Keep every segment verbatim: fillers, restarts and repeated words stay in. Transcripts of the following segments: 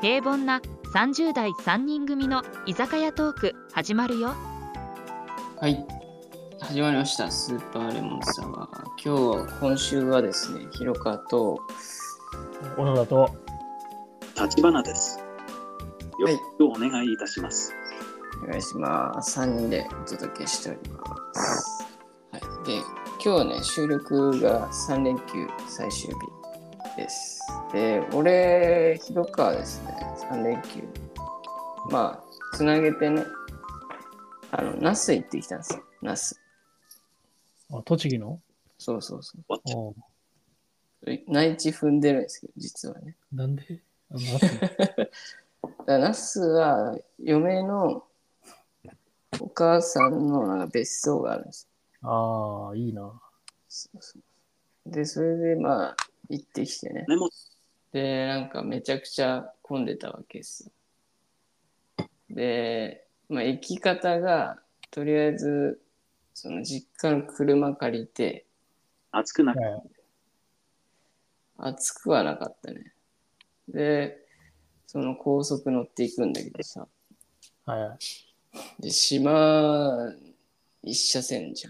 平凡なさんじゅう代さんにん組の居酒屋トーク始まるよ。 はい、始まりました。スーパーレモンサワー。今日今週はですね、ひろかと小野田と立花です。よろしくお願いいたします。 お願いします。さんにんでお届けしております。はい、で、今日ね、収録がさん連休最終日です。で、俺、ひろかはですね、さん連休、まあ、つなげてね、あの、那須行ってきたんですよ、那須。 あ、栃木のそうそうそう。 おう内地踏んでるんですけど、実はね。 なんであの那須だから那須は嫁のお母さんのなんか別荘があるんですよ。 ああ、いいな。 そうそうで、それでまあ行ってきてね。 メモで、なんかめちゃくちゃ混んでたわけですよ。で、まあ行き方がとりあえずその実家の車借りて、 熱くなく、 はい暑くはなかったね。で、その高速乗っていくんだけどさ。 はいはい。 で、島一車線じゃん。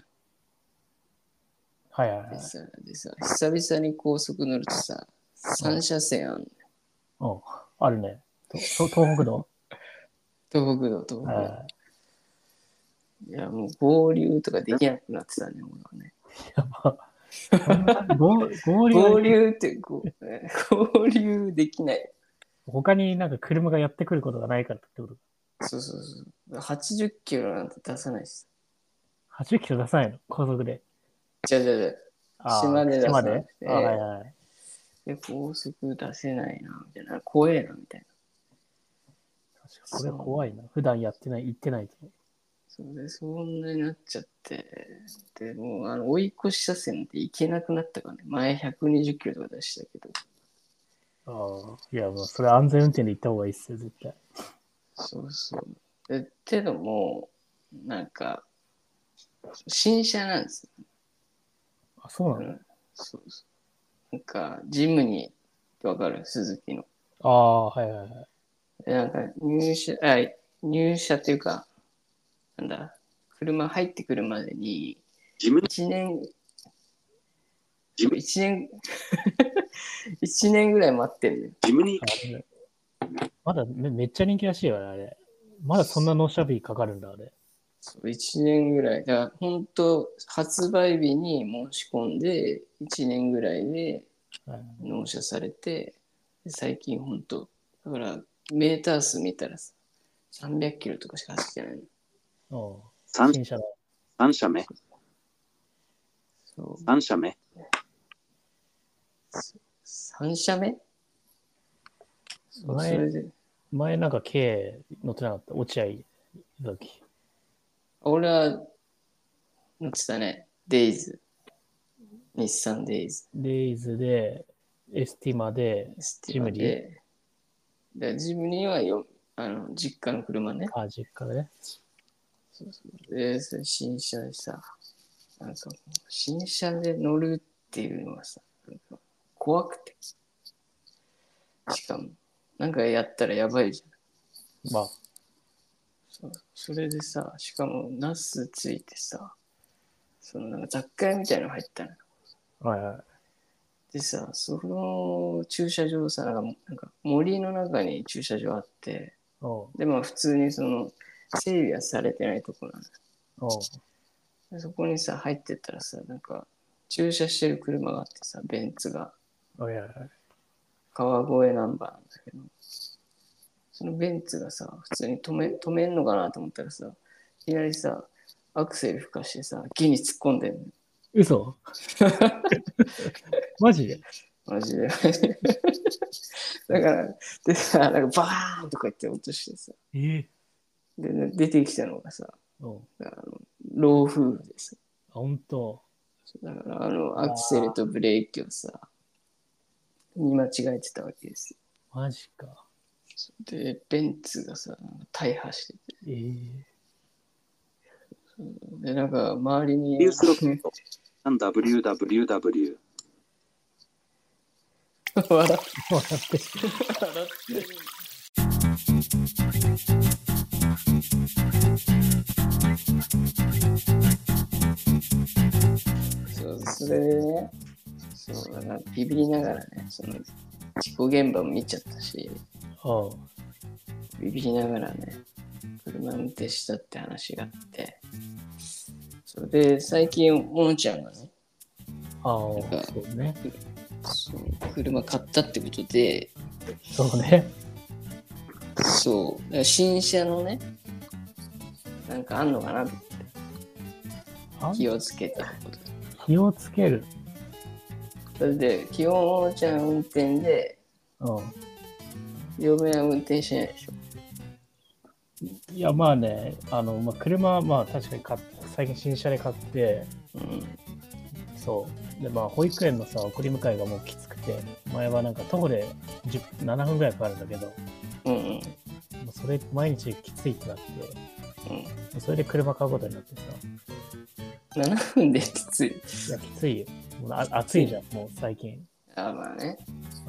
はいはいはいで。さ、でさ、久々に高速乗るとさ、三車線あんのよ。 おうあるね。とと東北道東北道、東北道。 はいいや、もう合流とかできなくなってたね、俺はね。 やば。そんな合合流合流ってこう、え合流できない。 他になんか車がやってくることがないからってことか。 そうそうそう。はちじゅっキロなんて出さないし。 はちじゅっキロ出さないの高速で。 じゃじゃじゃ、 あ島で出さなくて、 島であ、はいはい。 で、高速出せないな、みたいな。怖えな、みたいな。 確かそれ怖いな。普段やってない、行ってないと。 それで、そんなになっちゃって、で、もう、あの、追い越し車線って行けなくなったからね。前ひゃくにじゅっキロとか出したけど。 ああ。いや、もうそれ安全運転で行った方がいいっすよ、絶対。 そうそう。で、けども、なんか、新車なんですよ。 あ、そうなの、 うん、そうそう。なんか、ジムニーってわかる？鈴木の。 ああ、はいはいはい。 で、なんか、入社、あ、入社っていうか、なんだ、車入ってくるまでに、 ジムニ一年、 ジム一年、一年ぐらい待ってるよ。 ジムニあれまだめめっちゃ人気らしいよね、あれ。まだそんな納車日かかるんだ、あれ。 そう一年ぐらい。だから、本当発売日に申し込んで、一年ぐらいではい納車されて、で最近本当だから、メーター数見たらさ、さんびゃくキロとかしか走ってないの。 おう三新車だ。 三社目そう。 三社目さん社目そうそ前れで。 前なんか K 乗ってなかった。落合伊崎。 俺は乗ってたね。デイズ。日産デイズ。 デイズで、エスティマで、 スティマで。で、ジムニーはよ、あの、実家の車ね。 あ、実家でね。 そうそうで、それ新車でさ、なんか、新車で乗るっていうのはさ、なんか怖くて。しかも、なんかやったらやばいじゃん。 まあ、 そうそれでさ、しかも、ナスついてさ、そのなんか雑貨屋みたいなの入ったの。 はいはい。 でさ、その駐車場さ、なんかなんか森の中に駐車場あって、 おうで、まあ普通にその整備はされてないとこなの。 おうでそこにさ、入ってったらさ、なんか駐車してる車があってさ、ベンツが、 おいはいはい。 川越ナンバーなんだけど、そのベンツがさ、普通に止め、止めんのかなと思ったらさ、いきなりさ、アクセル吹かしてさ、木に突っ込んでんの。 嘘マジでマジで。だから、でさ、なんかバーンとか言って落としてさ、 ええで、ね、出てきたのがさ、 おうあの老夫婦です。 あ、ほんと。 だから、あの、アクセルとブレーキをさ、見間違えてたわけですよ。 マジか。 で、ベンツがさ、大破してて。 ええで、なんか、周りにニュースロット ダブリューダブリューダブリュー笑って笑って。 笑ってる。 それでね、そうだな、ビビりながらね、その事故現場も見ちゃったし、 ああビビりながらね、車運転したって話があって、それで最近、おのちゃんがね、 ああ、 なんかそうね。 そう車買ったってことで、 そうね。 そう、だから新車のね、なんかあんのかなってあ気をつけたこと。 気をつける。 それで、基本、おのちゃん運転で、 うん。 嫁は運転しないでしょ。 いや、まあね、あの、まあ、車はまあ確かに買っ最近新車で買って、 うん。 そう。で、まあ、保育園のさ、送り迎えがもうきつくて、前はなんか徒歩でじゅうななふんぐらいかかるんだけど、 うんうん。 もうそれ毎日きついってなって、 うん、 それで車買うことになってさ。 ななふんできつい。 いや、きついよ。もうあ暑いじゃん、もう最近。 あ、まあね。 そう。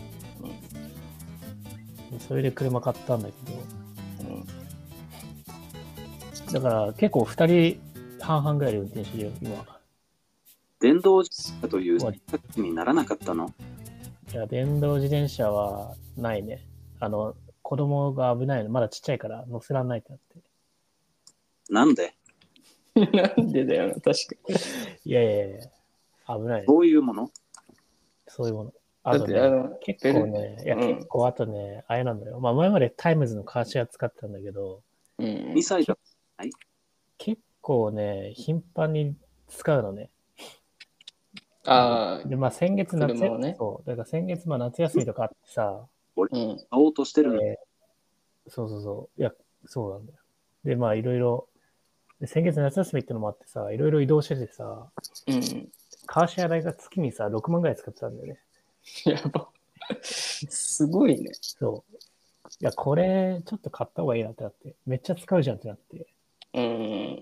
うん、 それで車買ったんだけど、 うん、 だから結構ふたり半々ぐらいで運転してるよ、今。 電動自転車という選択肢にならなかったの？ いや、電動自転車はないね。あの、子供が危ないの、まだちっちゃいから乗せらんないってなって。 なんで？ なんでだよな、確かいやいやいや、危ない、ね。 どういうもの？ そういうもの。あとね、 だってあの結構ね、いや、 うん結構あとね、あれなんだよ。まあ前までタイムズのカーシェア使ってたんだけど、 に。うん。 にさいだ。 結構ね、頻繁に使うのね。 ああ、 で、まあ先月夏車をね。 そう、だから先月まあ夏休みとかあってさ、 うん。 買おうとしてるの？ えーそうそうそう。いや、そうなんだよ。で、まあいろいろ、で先月夏休みってのもあってさ、いろいろ移動しててさ、 うん。 カーシェア代が月にさ、ろくまんぐらい使ってたんだよね。 やば。すごいね。 そう。いや、これ、ちょっと買った方がいいなってなって、めっちゃ使うじゃんってなって、 うん。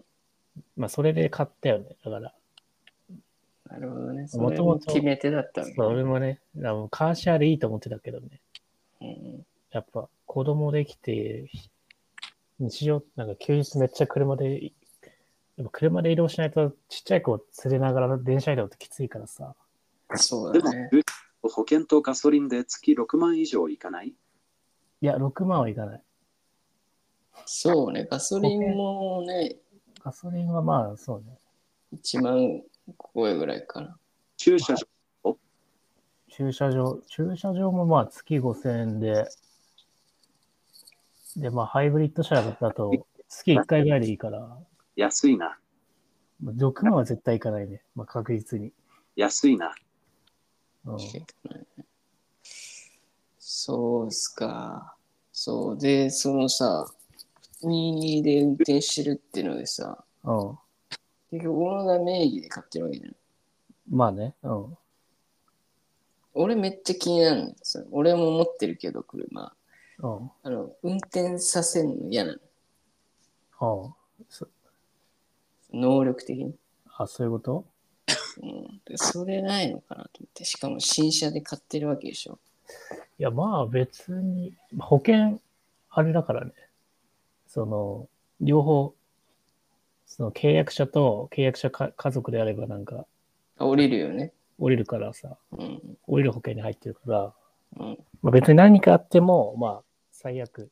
まあそれで買ったよね。だから、 なるほどね。そもれともと、 も決め手だったのね。 それもね、あのカーシェアでいいと思ってたけどね、 うん。 やっぱ子供できて、日常、なんか休日めっちゃ車で、やっぱ車で移動しないとちっちゃい子を連れながら電車移動ってきついからさ。 そうでもだね。 保険とガソリンで月ろくまん以上いかない？ いや、ろくまんはいかない。 そうね。ガソリンもね、 ガソリンはまあ、そうね。 いちまん超えぐらいかな。 駐車場、 駐車場、駐車場もまあ月ごせんえんで、で、まあハイブリッド車だと月いっかいぐらいでいいから、 安いな。 ろくまんは絶対いかないね。まあ確実に。 安いな。 うん、 そうっすか。そう。で、そのさ、にで運転してるっていうのでさ、 うん。 結局、小野田名義で買ってるわけじゃん。 まあね。うん。 俺めっちゃ気になるんですよ。俺も持ってるけど、車。 うん。 あの、運転させるの嫌なの。 ああ。そ能力的に。 あ、そういうこと？ うん。でそれないのかなと思って。しかも新車で買ってるわけでしょ。 いや、まあ別に、保険、あれだからね。その、両方、その契約者と契約者か家族であればなんか、 あ、降りるよね。 降りるからさ、 うん。 降りる保険に入ってるから、 うん。 まあ、別に何かあっても、まあ、最悪、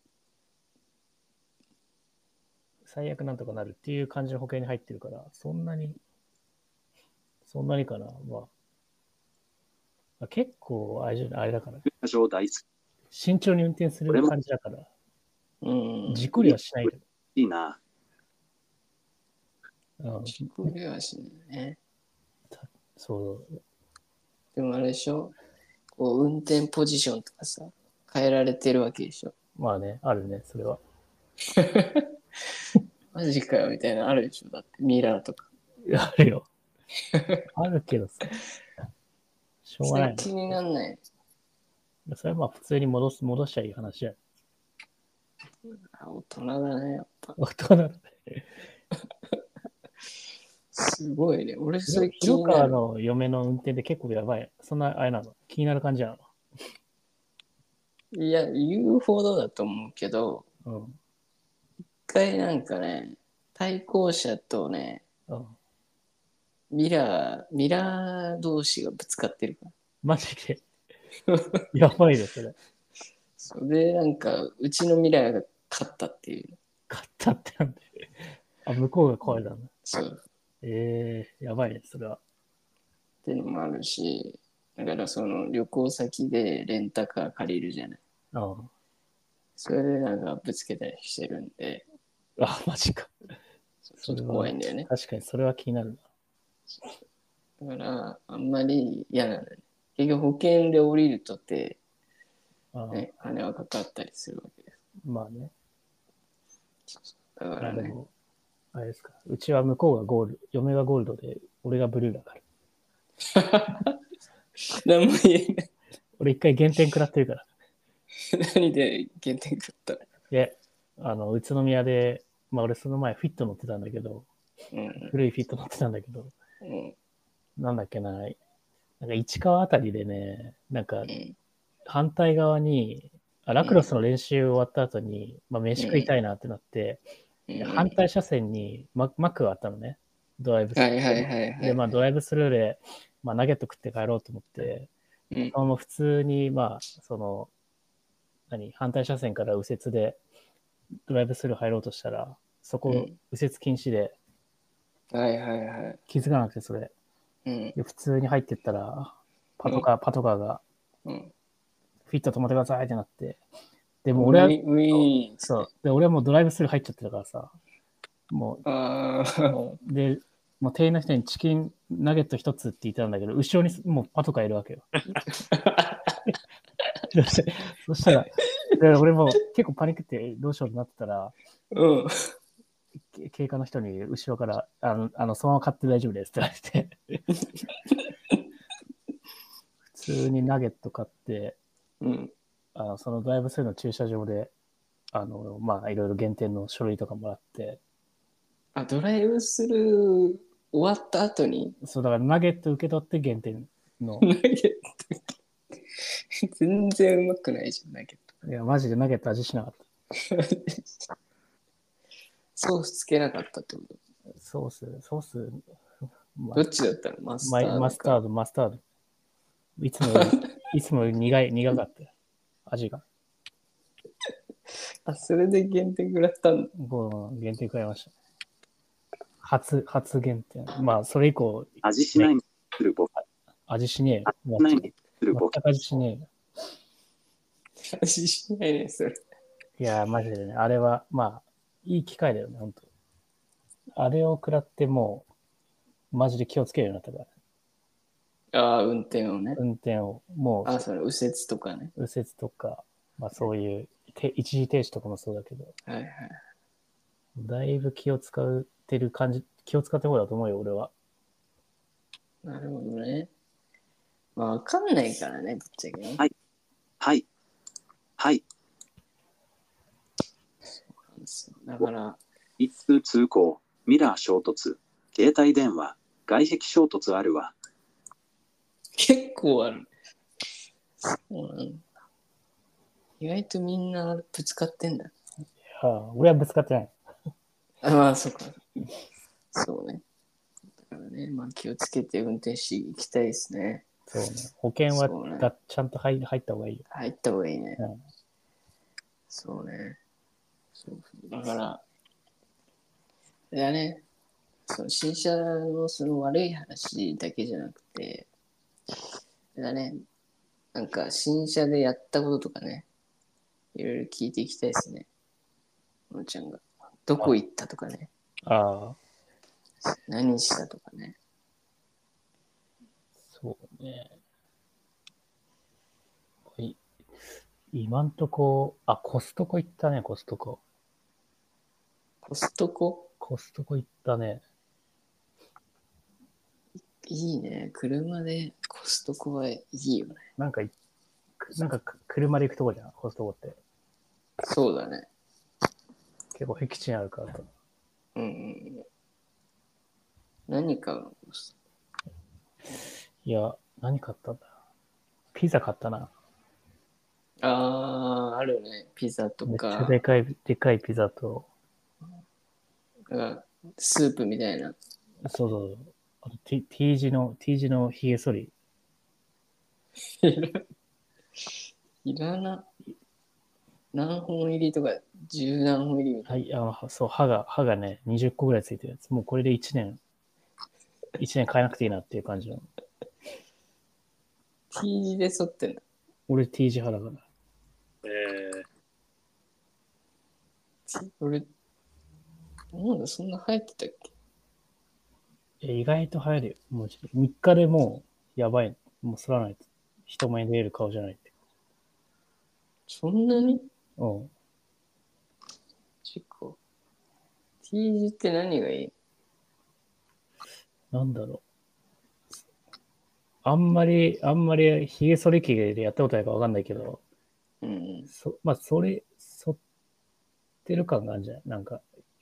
最悪なんとかなるっていう感じの保険に入ってるから、そんなに、そんなにかな。まあ、まあ、結構、あれじゃない、あれだから、 駐車場大好き。 慎重に運転する感じだから、 うん。 事故りはしないで。 いいな。 うん、 事故りはしないね。 そう。 でもあれでしょ、こう運転ポジションとかさ、変えられてるわけでしょ。 まあね、あるね、それは。 マジかよみたいなのあるでしょ。だってミラーとか。 いやあるよ。あるけどさ、しょうがないそれ気になんない。 な。それはまあ普通に戻す、戻しちゃいい話や。 あ、大人だね、やっぱ。 大人だね。 すごいね。俺それ気にな広川る。 の嫁の運転で結構やばい。そんなあれなの？気になる感じないや、言うほどだと思うけど、 の？うん。 一回なんかね、対向車とね、 うん。 ミラー、ミラー同士がぶつかってるから。 マジで。やばいです、それ。 それで、なんか、うちのミラーが勝ったっていう。 勝ったってなんで。あ、向こうが壊れたんだ。 そう。 ええー、やばいね、それは。 っていうのもあるし、だからその旅行先でレンタカー借りるじゃない。 あそれでなんかぶつけたりしてるんで、 あ、あマジか。 ちょっと怖いんだよね。 確かにそれは気になるな。だから、あんまり嫌なのね。結局保険で降りるとって、 な。ああね、金はかかったりするわけです。 まあね。 だからね。 あれですか。うちは向こうがゴール、嫁がゴールドで、俺がブルーだから。 何も言えない。 俺一回減点食らってるから。 何で減点食ったの？ で、あの、宇都宮で、まあ俺その前フィット乗ってたんだけど、 うん、 古いフィット乗ってたんだけど、 うん、 なんだっけな、なんか市川あたりでね、なんかうん、 反対側に、あラクロスの練習終わった後に、まあ飯食いたいなってなって、 うん、 反対車線にママックがあったのね。ドライブスルー。 はいはいはいはい。 で、まあドライブスルーで、まあナゲット食って帰ろうと思って、 うん、 そのまま普通に、まあ、その、何、反対車線から右折でドライブスルー入ろうとしたら、そこ、 うん右折禁止で、 はいはいはい。 気づかなくて、それ。 うん、 で普通に入ってったら、パトカー、パトカーが、 うん。 フィット止まってくださいってなって、でもウ俺は、 ィウィーン。 そう、で、俺はもうドライブスルー入っちゃってたからさ、もああ、 う、で、もう店員の人にチキンナゲット一つって言ったんだけど、後ろにもうパトカーいるわけよ。そしてそしたら、で俺も結構パニックってどうしようとなってたら、 うん。 け警官の人に後ろから、あの、あのそのまま買って大丈夫ですって言われて、普通にナゲット買って、 うん。 あのそのドライブスルーの駐車場で、あの、まあ、いろいろ減点の書類とかもらって、 あ、ドライブスルー終わった後にそう、だからナゲット受け取って減点の、 ナゲット。全然うまくないじゃん、ナゲッいや、マジでナゲット味しなかっト。ソースつけなかったってこた。ソース、ソース、まと？どっちだったの？マスタードか。 マスタード、マスタード。いつもより、いつもより苦い、苦かったよ。味が。 あ、それで減点食らったんだ。 もう限定食らいました。初、初限定。まあ、それ以降、 味しないにするボケ。 味しねえよ。 味しないにするボケ。 全く味しねえよ。 味しないね、それ。 いやー、マジでね、あれは、まあ、いい機会だよね、本当。あれを食らってもう、マジで気をつけるようになったから。 ああ、運転をね。 運転を、もう、 あ、その右折とかね。 右折とか、まあそういう、一時停止とかもそうだけど、 はいはい。 だいぶ気を使ってる感じ、気を使ってる方だと思うよ、俺は。 なるほどね。まあ、わかんないからね、ぶっちゃけね。 はい。はい。はい。 だから、 一通通行、ミラー衝突、携帯電話、外壁衝突あるわ。 結構ある。そうなんだ。意外とみんなぶつかってんだ。 いや俺はぶつかってない。 あ、まあ、そっか。そうね。だからね、まあ気をつけて運転していきたいですね。 そうね。保険はそうねがちゃんと入入った方がいいよ。 入った方がいいね。 うんそうね。そうだから、あれだね、その新車のその悪い話だけじゃなくて、あれだね、なんか新車でやったこととかね、いろいろ聞いていきたいですね。ののちゃんが。どこ行ったとかね。 ああ、 何したとかね。 そうね。い今んとこ、あ、コストコ行ったね、コストコ。 コストココストコ行ったね。 いいね。車でコストコはいいよね。 なんかい、なんかく車で行くとこじゃん、コストコって。 そうだね。 結構僻地にあるからさ。 うんうんうん。何かのコスいや、何買ったんだピザ買ったな。 トあー、あるね。ピザとめっちゃか、 でかい、でかいピザと、 なんかスープみたいな。 そうそうそう。 あと T, T 字の、T 字の髭剃り。 いらな。何本入りとか、十何本入りみたいな。 はい、あそう、歯が、歯がね、にじゅっこぐらいついてるやつ。もうこれでいちねん、いちねん変えなくていいなっていう感じの。 T 字で剃ってんだ。 俺 T 字派だから。 え俺、なんだ、そんな生えてたっけ？ え意外と流行るよ。もうみっかでもう、やばい。もう剃らないと。人前に出れる顔じゃないって。 そんなに？ うん。 結構。T 字って何がいい？ なんだろう。あんまり、あんまり、髭剃り機でやったことないかわかんないけど、 うん。 そまあ、それ、剃ってる感があるんじゃないなんか。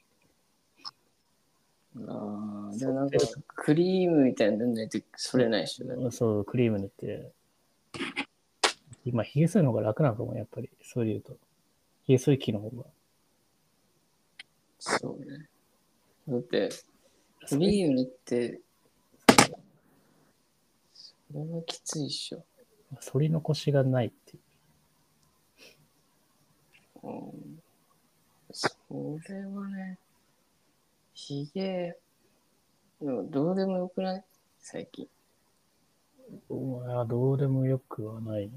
ああ、でもなんか、クリームみたいなの塗んないと剃れないでしょ。だってそう、クリーム塗って。今、髭剃るのが楽なのかも、やっぱり。そういうと。髭剃り機の方が。 そうね。だって、クリーム塗って、それはきついっしょ。 剃り残しがないっていう。 うん、それはね、ひげ、でもどうでもよくない？最近。 お前はどうでもよくはない。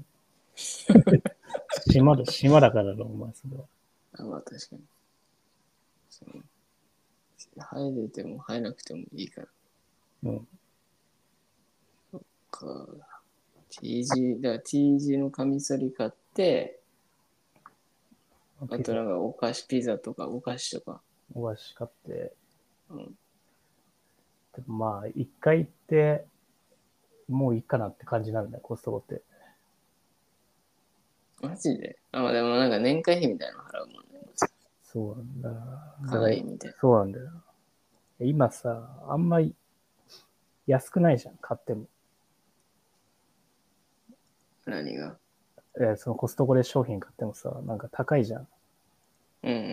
島だ、島だからだろ、お前、それは。 あ、まあ確かに。そう、生えてても生えなくてもいいから。 うん。 か。T 字、だから T 字のカミソリ買って、あとなんかお菓子、ピザとかお菓子とか。 お菓子買って。 うん、 でもまあ、一回行って、もういいかなって感じなんだよ、コストコって。 マジで？あ、まあでもなんか年会費みたいなの払うもんね。 そうなんだ。だ会員みたいな。 そうなんだよ。今さ、あんまり安くないじゃん、買っても。 何が？ えそのコストコで商品買ってもさ、なんか高いじゃん。 うんうん。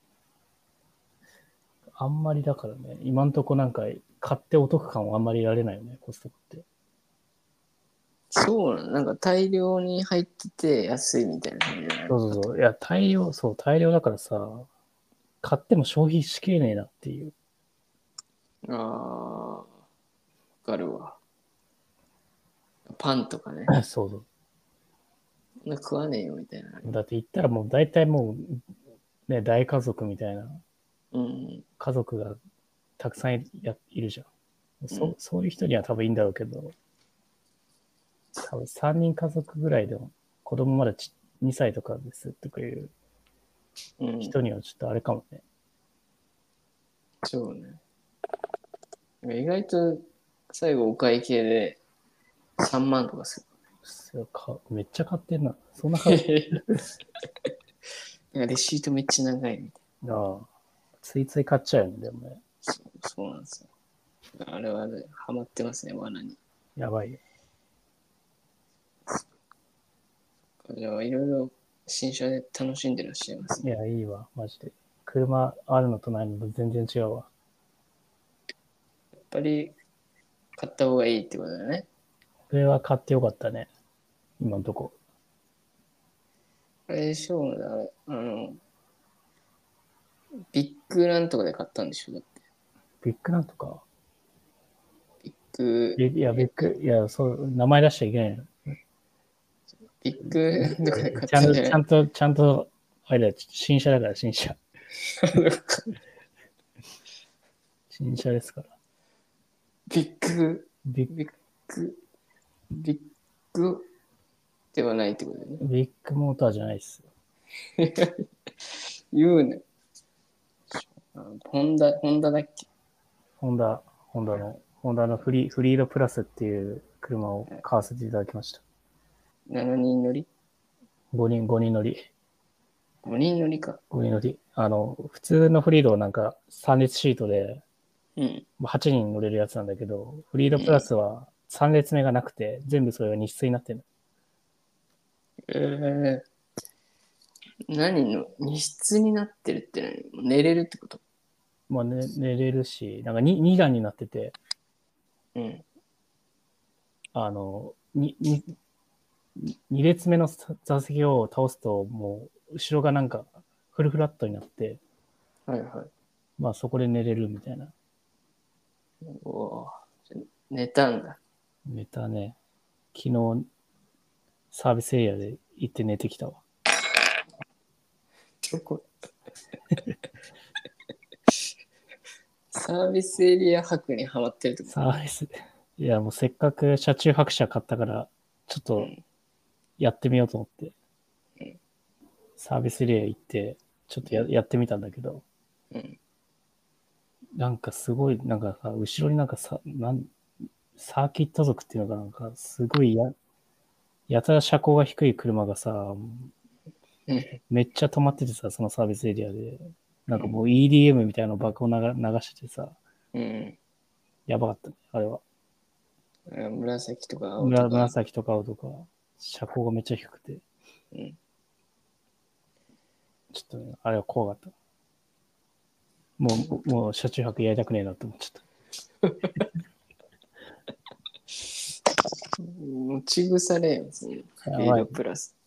あんまりだからね、今んとこなんか買ってお得感はあんまり得られないよね、コストコって。 そうなの？なんか大量に入ってて安いみたいな感じじゃない？ そうそうそう。いや、大量、そう、大量だからさ、買っても消費しきれねえなっていう。 ああ、わかるわ。パンとかね。 そうそそんな食わねえよみたいな。 う。だって言ったらもう大体もう、ね、大家族みたいなうん家族がたくさんいやいるじゃん。そうんそういう人には多分いいんだろうけど、多分さんにん家族ぐらいでも子供まだちにさいとかですとかいううん。 人にはちょっとあれかもね。 そうね。意外と最後お会計でさんまんとかすそうかめっちゃ買ってんな。そんな買うる。なんかレシートめっちゃ長いみたいな。 ああついつい買っちゃうよね、でもね。 そう、そうなんですよ。あれはね、ハマってますね、罠に。 やばいよ。 じゃあ、いろいろ新車で楽しんでらっしゃいますね。 いや、いいわ、マジで。車あるのとないのと全然違うわ。 やっぱり買った方がいいってことだね。 これは買ってよかったね。今のとこ。 あれでしょうね、あれ、あの、ビッグなんとかで買ったんでしょ、だって。 ビッグなんとか。 ビッグ、 いや、ビッグ、いや、そう、名前出しちゃいけないの。 ビッグなんとかで買っちゃんと、 たんじゃない？ ちゃんと、ちゃんと、あれだよ、新車だから、新車。新車ですから。 ビッグ、 ビッビッグ、ビッグではないってことだよね。 ビッグモーターじゃないっすよ。 言うね。あのホンダ、ホンダだっけ？ ホンダ、ホンダの、ホンダのフリー、フリードプラスっていう車を買わせていただきました。 ななにん乗り？ ごにん、ごにん乗り。 ご 人乗りか。 ごにん乗り。あの、普通のフリードはなんかさん列シートで、 うん。 はちにん乗れるやつなんだけど、フリードプラスはさん列目がなくて、全部それが日室になってる。 えー、何の荷室になってるって何？寝れるってこと？ まあ、ね、寝れるし、なんか 2, に段になってて、 うん。 あの、に、に、に列目の座席を倒すと、もう、後ろがなんか、フルフラットになって、 はいはい。 まあそこで寝れるみたいな。 おお。寝たんだ。 寝たね。昨日、サービスエリアで行って寝てきたわ。 どこサービスエリア泊にハマってるってこと？ サービス、いやもうせっかく車中泊車買ったから、ちょっとうんやってみようと思って、 うんサービスエリア行って、ちょっとややってみたんだけど、 うんなんかすごい、なんかさ、後ろになんかさ、なんサーキット族っていうのがなんかすごいや、やたら車高が低い車がさ、 うんめっちゃ止まっててさ、そのサービスエリアで、なんかもう イーディーエム みたいなの爆を流流しててさ、 うんやばかったね、あれは。 うん紫とか青と紫か。 紫とか青とか、車高がめっちゃ低くて、 うんちょっとね、あれは怖かった。もう、もう車中泊やりたくねえなって思っちゃった。 持ち腐れよ、そのスピードプラス。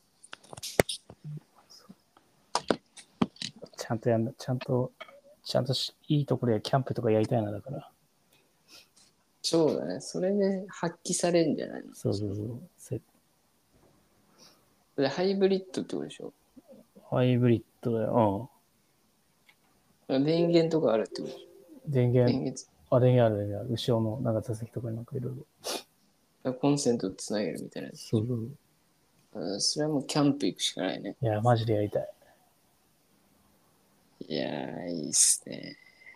ちゃんとやんな、ちゃんと、ちゃんとしいいところやキャンプとかやりたいな、だから。 そうだね。それで発揮されるんじゃないの？ そうそうそう。せでハイブリッドってことでしょ？ ハイブリッドだよ。 電源とかあるってことでしょ？ うん。電源、 電源あ、電源ある、電源ある。後ろのなんか座席とかになんかいろいろ。 コンセントつなげるみたいなやつ。 そうそうあそれはもうキャンプ行くしかないね。 いや、マジでやりたい。 いやー、いいっすね。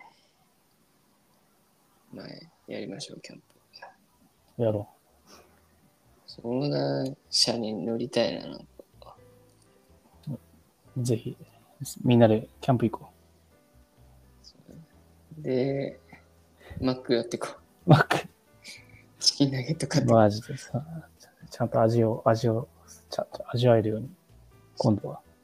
まあ、やりましょう、キャンプ。 やろそんな車に乗りたいな。なんかう。ぜひ、みんなでキャンプ行こで、マックやってこう。 う。マック。 チキンナゲット買ってこう。 マジでさ、ちゃんと味を、味を、ちゃんと味わえるように、今度は。